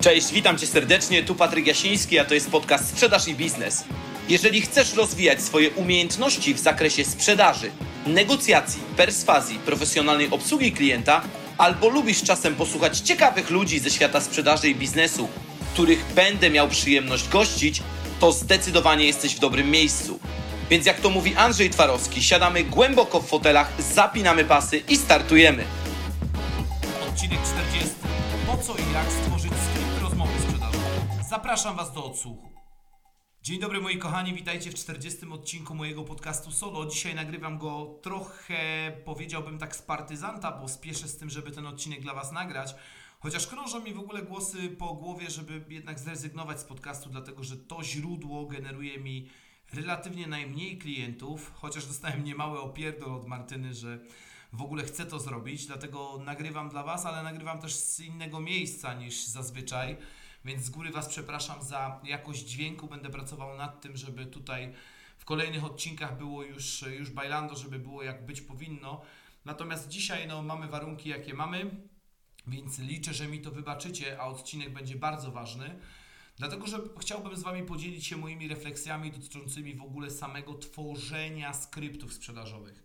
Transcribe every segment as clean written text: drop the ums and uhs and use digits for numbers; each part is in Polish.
Cześć, witam Cię serdecznie, tu Patryk Jasiński, a to jest podcast Sprzedaż i Biznes. Jeżeli chcesz rozwijać swoje umiejętności w zakresie sprzedaży, negocjacji, perswazji, profesjonalnej obsługi klienta, albo lubisz czasem posłuchać ciekawych ludzi ze świata sprzedaży i biznesu, których będę miał przyjemność gościć, to zdecydowanie jesteś w dobrym miejscu. Więc jak to mówi Andrzej Twarowski, siadamy głęboko w fotelach, zapinamy pasy i startujemy. Odcinek 40. Po co i jak stworzyć skrypt rozmowy sprzedażowej? Zapraszam Was do odsłuchu. Dzień dobry moi kochani, witajcie w 40. odcinku mojego podcastu solo. Dzisiaj nagrywam go trochę, powiedziałbym tak z partyzanta, bo spieszę z tym, żeby ten odcinek dla Was nagrać. Chociaż krążą mi w ogóle głosy po głowie, żeby jednak zrezygnować z podcastu, dlatego że to źródło generuje mi relatywnie najmniej klientów, chociaż dostałem niemały opierdol od Martyny, że w ogóle chcę to zrobić, dlatego nagrywam dla Was, ale nagrywam też z innego miejsca niż zazwyczaj, więc z góry Was przepraszam za jakość dźwięku, będę pracował nad tym, żeby tutaj w kolejnych odcinkach było już bailando, żeby było jak być powinno. Natomiast dzisiaj mamy warunki jakie mamy, więc liczę, że mi to wybaczycie, a odcinek będzie bardzo ważny. Dlatego, że chciałbym z Wami podzielić się moimi refleksjami dotyczącymi w ogóle samego tworzenia skryptów sprzedażowych.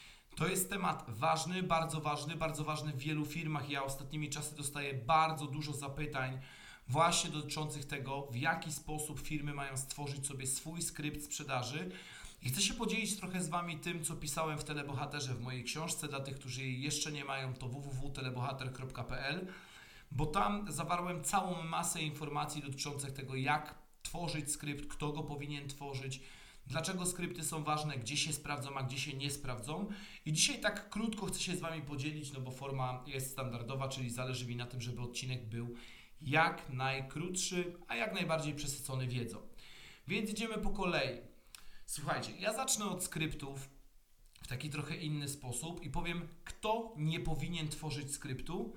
To jest temat ważny, bardzo ważny w wielu firmach. Ja ostatnimi czasy dostaję bardzo dużo zapytań właśnie dotyczących tego, w jaki sposób firmy mają stworzyć sobie swój skrypt sprzedaży. I chcę się podzielić trochę z Wami tym, co pisałem w Telebohaterze w mojej książce. Dla tych, którzy jej jeszcze nie mają, to www.telebohater.pl, bo tam zawarłem całą masę informacji dotyczących tego, jak tworzyć skrypt, kto go powinien tworzyć, dlaczego skrypty są ważne, gdzie się sprawdzą, a gdzie się nie sprawdzą. I dzisiaj tak krótko chcę się z Wami podzielić, bo forma jest standardowa, czyli zależy mi na tym, żeby odcinek był jak najkrótszy, a jak najbardziej przesycony wiedzą. Więc idziemy po kolei. Słuchajcie, ja zacznę od skryptów w taki trochę inny sposób i powiem, kto nie powinien tworzyć skryptu.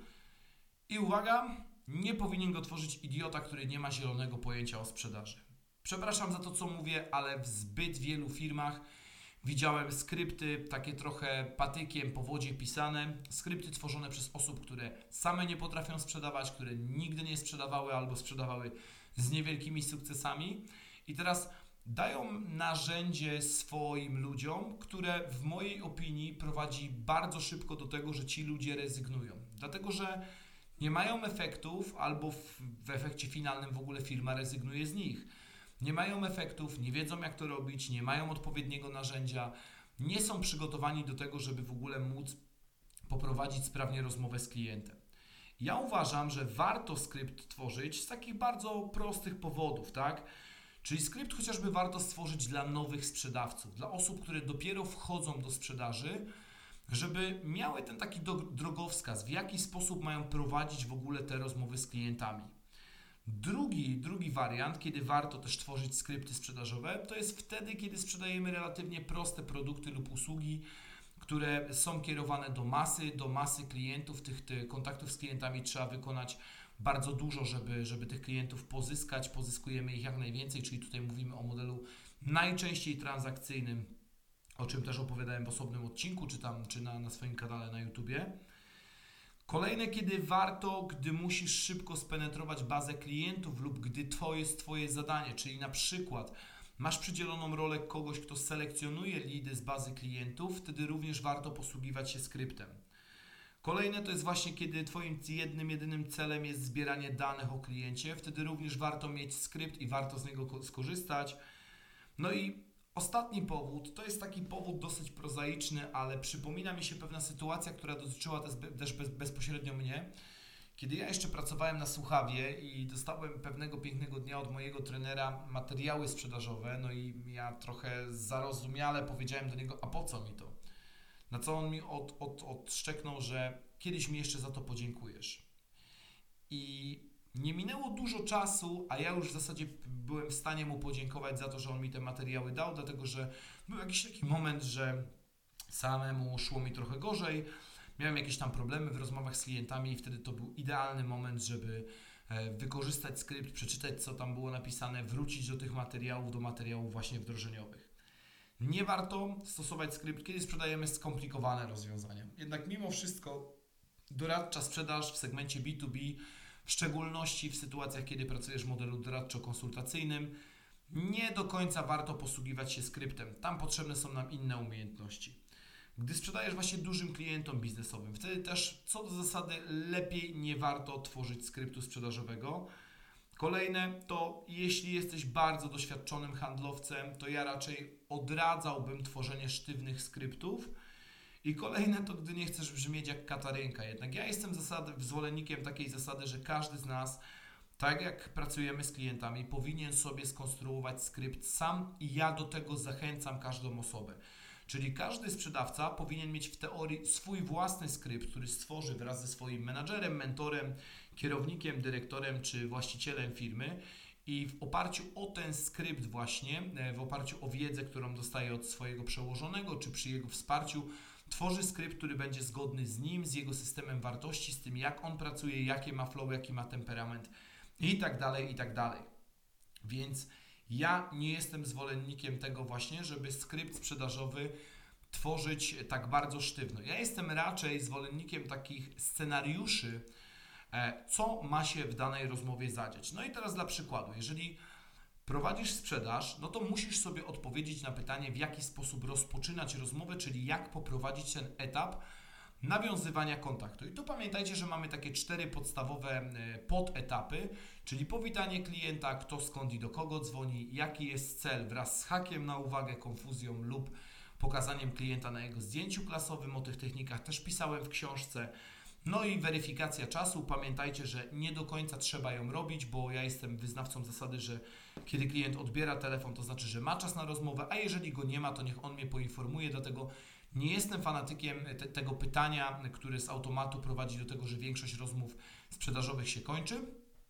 I uwaga, nie powinien go tworzyć idiota, który nie ma zielonego pojęcia o sprzedaży. Przepraszam za to, co mówię, ale w zbyt wielu firmach widziałem skrypty takie trochę patykiem po wodzie pisane, skrypty tworzone przez osób, które same nie potrafią sprzedawać, które nigdy nie sprzedawały albo sprzedawały z niewielkimi sukcesami i teraz dają narzędzie swoim ludziom, które w mojej opinii prowadzi bardzo szybko do tego, że ci ludzie rezygnują. Dlatego, że nie mają efektów albo w efekcie finalnym w ogóle firma rezygnuje z nich. Nie mają efektów, nie wiedzą jak to robić, nie mają odpowiedniego narzędzia, nie są przygotowani do tego, żeby w ogóle móc poprowadzić sprawnie rozmowę z klientem. Ja uważam, że warto skrypt tworzyć z takich bardzo prostych powodów, tak? Czyli skrypt chociażby warto stworzyć dla nowych sprzedawców, dla osób, które dopiero wchodzą do sprzedaży, żeby miały ten taki drogowskaz, w jaki sposób mają prowadzić w ogóle te rozmowy z klientami. Drugi wariant, kiedy warto też tworzyć skrypty sprzedażowe, to jest wtedy, kiedy sprzedajemy relatywnie proste produkty lub usługi, które są kierowane do masy klientów. Tych kontaktów z klientami trzeba wykonać bardzo dużo, żeby tych klientów pozyskać. Pozyskujemy ich jak najwięcej, czyli tutaj mówimy o modelu najczęściej transakcyjnym, o czym też opowiadałem w osobnym odcinku, czy na swoim kanale na YouTubie. Kolejne, kiedy warto, gdy musisz szybko spenetrować bazę klientów lub gdy to jest Twoje zadanie, czyli na przykład masz przydzieloną rolę kogoś, kto selekcjonuje lidy z bazy klientów, wtedy również warto posługiwać się skryptem. Kolejne to jest właśnie, kiedy Twoim jedynym celem jest zbieranie danych o kliencie, wtedy również warto mieć skrypt i warto z niego skorzystać. No i ostatni powód, to jest taki powód dosyć prozaiczny, ale przypomina mi się pewna sytuacja, która dotyczyła też bezpośrednio mnie. Kiedy ja jeszcze pracowałem na Słuchawie i dostałem pewnego pięknego dnia od mojego trenera materiały sprzedażowe, no i ja trochę zarozumiale powiedziałem do niego, a po co mi to? Na co on mi odszczeknął, że kiedyś mi jeszcze za to podziękujesz. I nie minęło dużo czasu, a ja już w zasadzie byłem w stanie mu podziękować za to, że on mi te materiały dał, dlatego że był jakiś taki moment, że samemu szło mi trochę gorzej, miałem jakieś tam problemy w rozmowach z klientami i wtedy to był idealny moment, żeby wykorzystać skrypt, przeczytać co tam było napisane, wrócić do tych materiałów, do materiałów właśnie wdrożeniowych. Nie warto stosować skrypt, kiedy sprzedajemy skomplikowane rozwiązania. Jednak mimo wszystko doradcza sprzedaż w segmencie B2B w szczególności w sytuacjach, kiedy pracujesz w modelu doradczo-konsultacyjnym, nie do końca warto posługiwać się skryptem. Tam potrzebne są nam inne umiejętności. Gdy sprzedajesz właśnie dużym klientom biznesowym, wtedy też co do zasady lepiej nie warto tworzyć skryptu sprzedażowego. Kolejne to, jeśli jesteś bardzo doświadczonym handlowcem, to ja raczej odradzałbym tworzenie sztywnych skryptów. I kolejne to, gdy nie chcesz brzmieć jak katarynka. Jednak ja jestem zwolennikiem takiej zasady, że każdy z nas, tak jak pracujemy z klientami, powinien sobie skonstruować skrypt sam i ja do tego zachęcam każdą osobę. Czyli każdy sprzedawca powinien mieć w teorii swój własny skrypt, który stworzy wraz ze swoim menadżerem, mentorem, kierownikiem, dyrektorem czy właścicielem firmy i w oparciu o ten skrypt właśnie, w oparciu o wiedzę, którą dostaje od swojego przełożonego czy przy jego wsparciu, tworzy skrypt, który będzie zgodny z nim, z jego systemem wartości, z tym jak on pracuje, jakie ma flow, jaki ma temperament i tak dalej, i tak dalej. Więc ja nie jestem zwolennikiem tego właśnie, żeby skrypt sprzedażowy tworzyć tak bardzo sztywno. Ja jestem raczej zwolennikiem takich scenariuszy, co ma się w danej rozmowie zadziać. No i teraz dla przykładu, jeżeli prowadzisz sprzedaż, no to musisz sobie odpowiedzieć na pytanie, w jaki sposób rozpoczynać rozmowę, czyli jak poprowadzić ten etap nawiązywania kontaktu. I tu pamiętajcie, że mamy takie 4 podstawowe podetapy, czyli powitanie klienta, kto, skąd i do kogo dzwoni, jaki jest cel wraz z hakiem na uwagę, konfuzją lub pokazaniem klienta na jego zdjęciu klasowym. O tych technikach też pisałem w książce. No i weryfikacja czasu. Pamiętajcie, że nie do końca trzeba ją robić, bo ja jestem wyznawcą zasady, że kiedy klient odbiera telefon, to znaczy, że ma czas na rozmowę, a jeżeli go nie ma, to niech on mnie poinformuje. Dlatego nie jestem fanatykiem tego pytania, które z automatu prowadzi do tego, że większość rozmów sprzedażowych się kończy.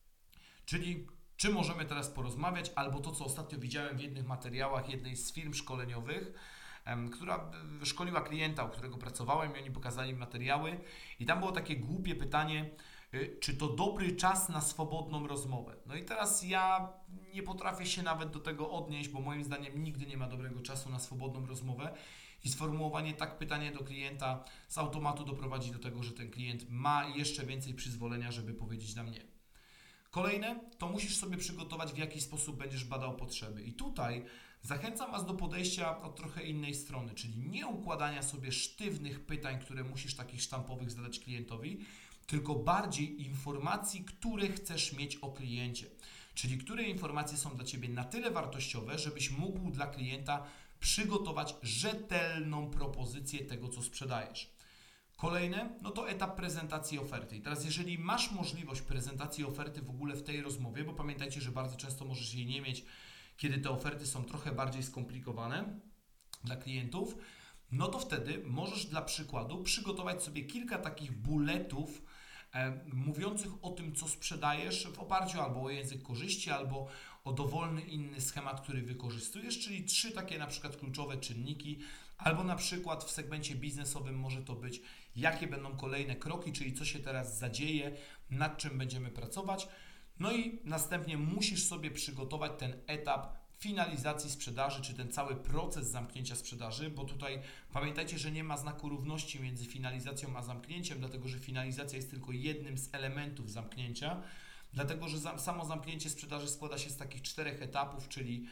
Czyli czy możemy teraz porozmawiać, albo to, co ostatnio widziałem w jednych materiałach jednej z firm szkoleniowych, która szkoliła klienta, u którego pracowałem i oni pokazali mi materiały i tam było takie głupie pytanie, czy to dobry czas na swobodną rozmowę. No i teraz ja nie potrafię się nawet do tego odnieść, bo moim zdaniem nigdy nie ma dobrego czasu na swobodną rozmowę i sformułowanie tak pytania do klienta z automatu doprowadzi do tego, że ten klient ma jeszcze więcej przyzwolenia, żeby powiedzieć na mnie. Kolejne, to musisz sobie przygotować, w jaki sposób będziesz badał potrzeby. I tutaj zachęcam Was do podejścia od trochę innej strony, czyli nie układania sobie sztywnych pytań, które musisz takich sztampowych zadać klientowi, tylko bardziej informacji, które chcesz mieć o kliencie. Czyli które informacje są dla Ciebie na tyle wartościowe, żebyś mógł dla klienta przygotować rzetelną propozycję tego, co sprzedajesz. Kolejne, no to etap prezentacji oferty. I teraz jeżeli masz możliwość prezentacji oferty w ogóle w tej rozmowie, bo pamiętajcie, że bardzo często możesz jej nie mieć, kiedy te oferty są trochę bardziej skomplikowane dla klientów, no to wtedy możesz dla przykładu przygotować sobie kilka takich bulletów mówiących o tym, co sprzedajesz w oparciu albo o język korzyści, albo o dowolny inny schemat, który wykorzystujesz, czyli 3 takie na przykład kluczowe czynniki, albo na przykład w segmencie biznesowym może to być, jakie będą kolejne kroki, czyli co się teraz zadzieje, nad czym będziemy pracować. No i następnie musisz sobie przygotować ten etap finalizacji sprzedaży, czy ten cały proces zamknięcia sprzedaży, bo tutaj pamiętajcie, że nie ma znaku równości między finalizacją a zamknięciem, dlatego że finalizacja jest tylko jednym z elementów zamknięcia, dlatego że samo zamknięcie sprzedaży składa się z takich 4 etapów, czyli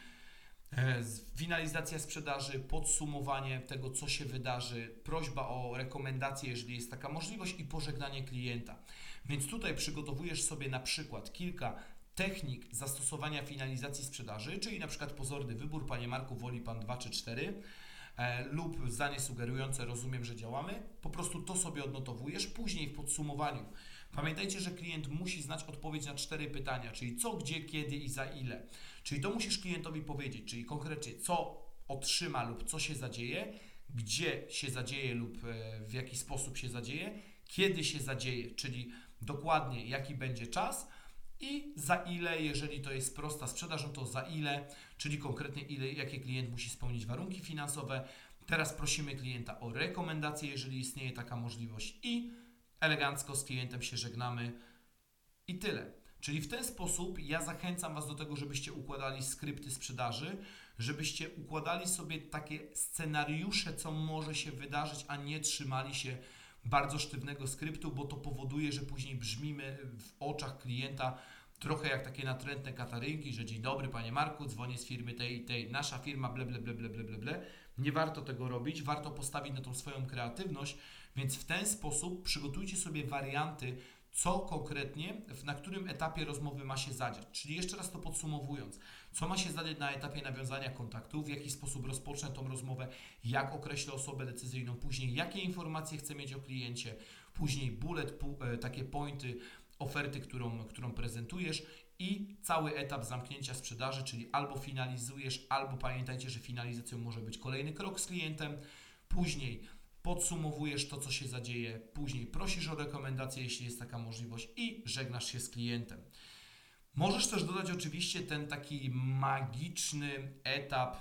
finalizacja sprzedaży, podsumowanie tego, co się wydarzy, prośba o rekomendację, jeżeli jest taka możliwość i pożegnanie klienta. Więc tutaj przygotowujesz sobie na przykład kilka technik zastosowania finalizacji sprzedaży, czyli na przykład pozorny wybór, Panie Marku, woli Pan 2 czy 4 lub zdanie sugerujące, rozumiem, że działamy, po prostu to sobie odnotowujesz, później w podsumowaniu. Pamiętajcie, że klient musi znać odpowiedź na 4 pytania, czyli co, gdzie, kiedy i za ile. Czyli to musisz klientowi powiedzieć, czyli konkretnie co otrzyma lub co się zadzieje, gdzie się zadzieje lub w jaki sposób się zadzieje, kiedy się zadzieje, czyli dokładnie jaki będzie czas, i za ile, jeżeli to jest prosta sprzedaż, no to za ile, czyli konkretnie jakie klient musi spełnić warunki finansowe. Teraz prosimy klienta o rekomendację, jeżeli istnieje taka możliwość i elegancko z klientem się żegnamy i tyle. Czyli w ten sposób ja zachęcam Was do tego, żebyście układali skrypty sprzedaży, żebyście układali sobie takie scenariusze, co może się wydarzyć, a nie trzymali się bardzo sztywnego skryptu, bo to powoduje, że później brzmimy w oczach klienta trochę jak takie natrętne katarynki, że dzień dobry panie Marku, dzwonię z firmy tej i tej, nasza firma ble, ble, ble, ble, ble, ble, ble. Nie warto tego robić, warto postawić na tą swoją kreatywność, więc w ten sposób przygotujcie sobie warianty, co konkretnie, na którym etapie rozmowy ma się zadziać. Czyli jeszcze raz to podsumowując, co ma się zadziać na etapie nawiązania kontaktu, w jaki sposób rozpocznę tą rozmowę, jak określę osobę decyzyjną, później jakie informacje chcę mieć o kliencie, później takie pointy, oferty, którą prezentujesz i cały etap zamknięcia sprzedaży, czyli albo finalizujesz, albo pamiętajcie, że finalizacją może być kolejny krok z klientem, później podsumowujesz to, co się zadzieje, później prosisz o rekomendację, jeśli jest taka możliwość i żegnasz się z klientem. Możesz też dodać oczywiście ten taki magiczny etap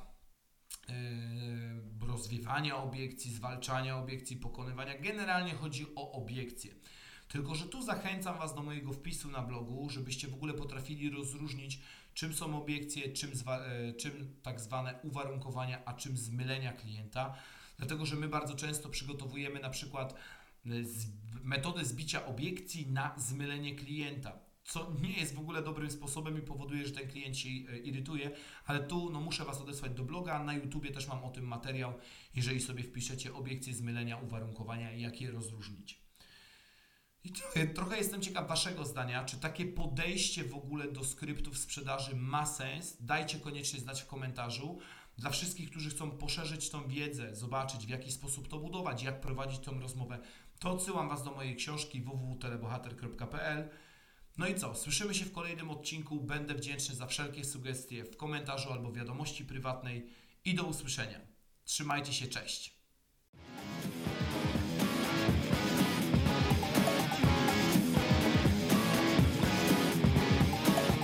rozwiewania obiekcji, zwalczania obiekcji, pokonywania. Generalnie chodzi o obiekcje. Tylko że tu zachęcam Was do mojego wpisu na blogu, żebyście w ogóle potrafili rozróżnić, czym są obiekcje, czym tak zwane uwarunkowania, a czym zmylenia klienta. Dlatego, że my bardzo często przygotowujemy na przykład metodę zbicia obiekcji na zmylenie klienta, co nie jest w ogóle dobrym sposobem i powoduje, że ten klient się irytuje, ale tu muszę Was odesłać do bloga, na YouTubie też mam o tym materiał, jeżeli sobie wpiszecie obiekcje, zmylenia, uwarunkowania i jak je rozróżnić. I trochę jestem ciekaw Waszego zdania, czy takie podejście w ogóle do skryptów sprzedaży ma sens? Dajcie koniecznie znać w komentarzu. Dla wszystkich, którzy chcą poszerzyć tą wiedzę, zobaczyć w jaki sposób to budować, jak prowadzić tą rozmowę, to odsyłam Was do mojej książki www.telebohater.pl. No i co? Słyszymy się w kolejnym odcinku. Będę wdzięczny za wszelkie sugestie w komentarzu albo wiadomości prywatnej i do usłyszenia. Trzymajcie się, cześć!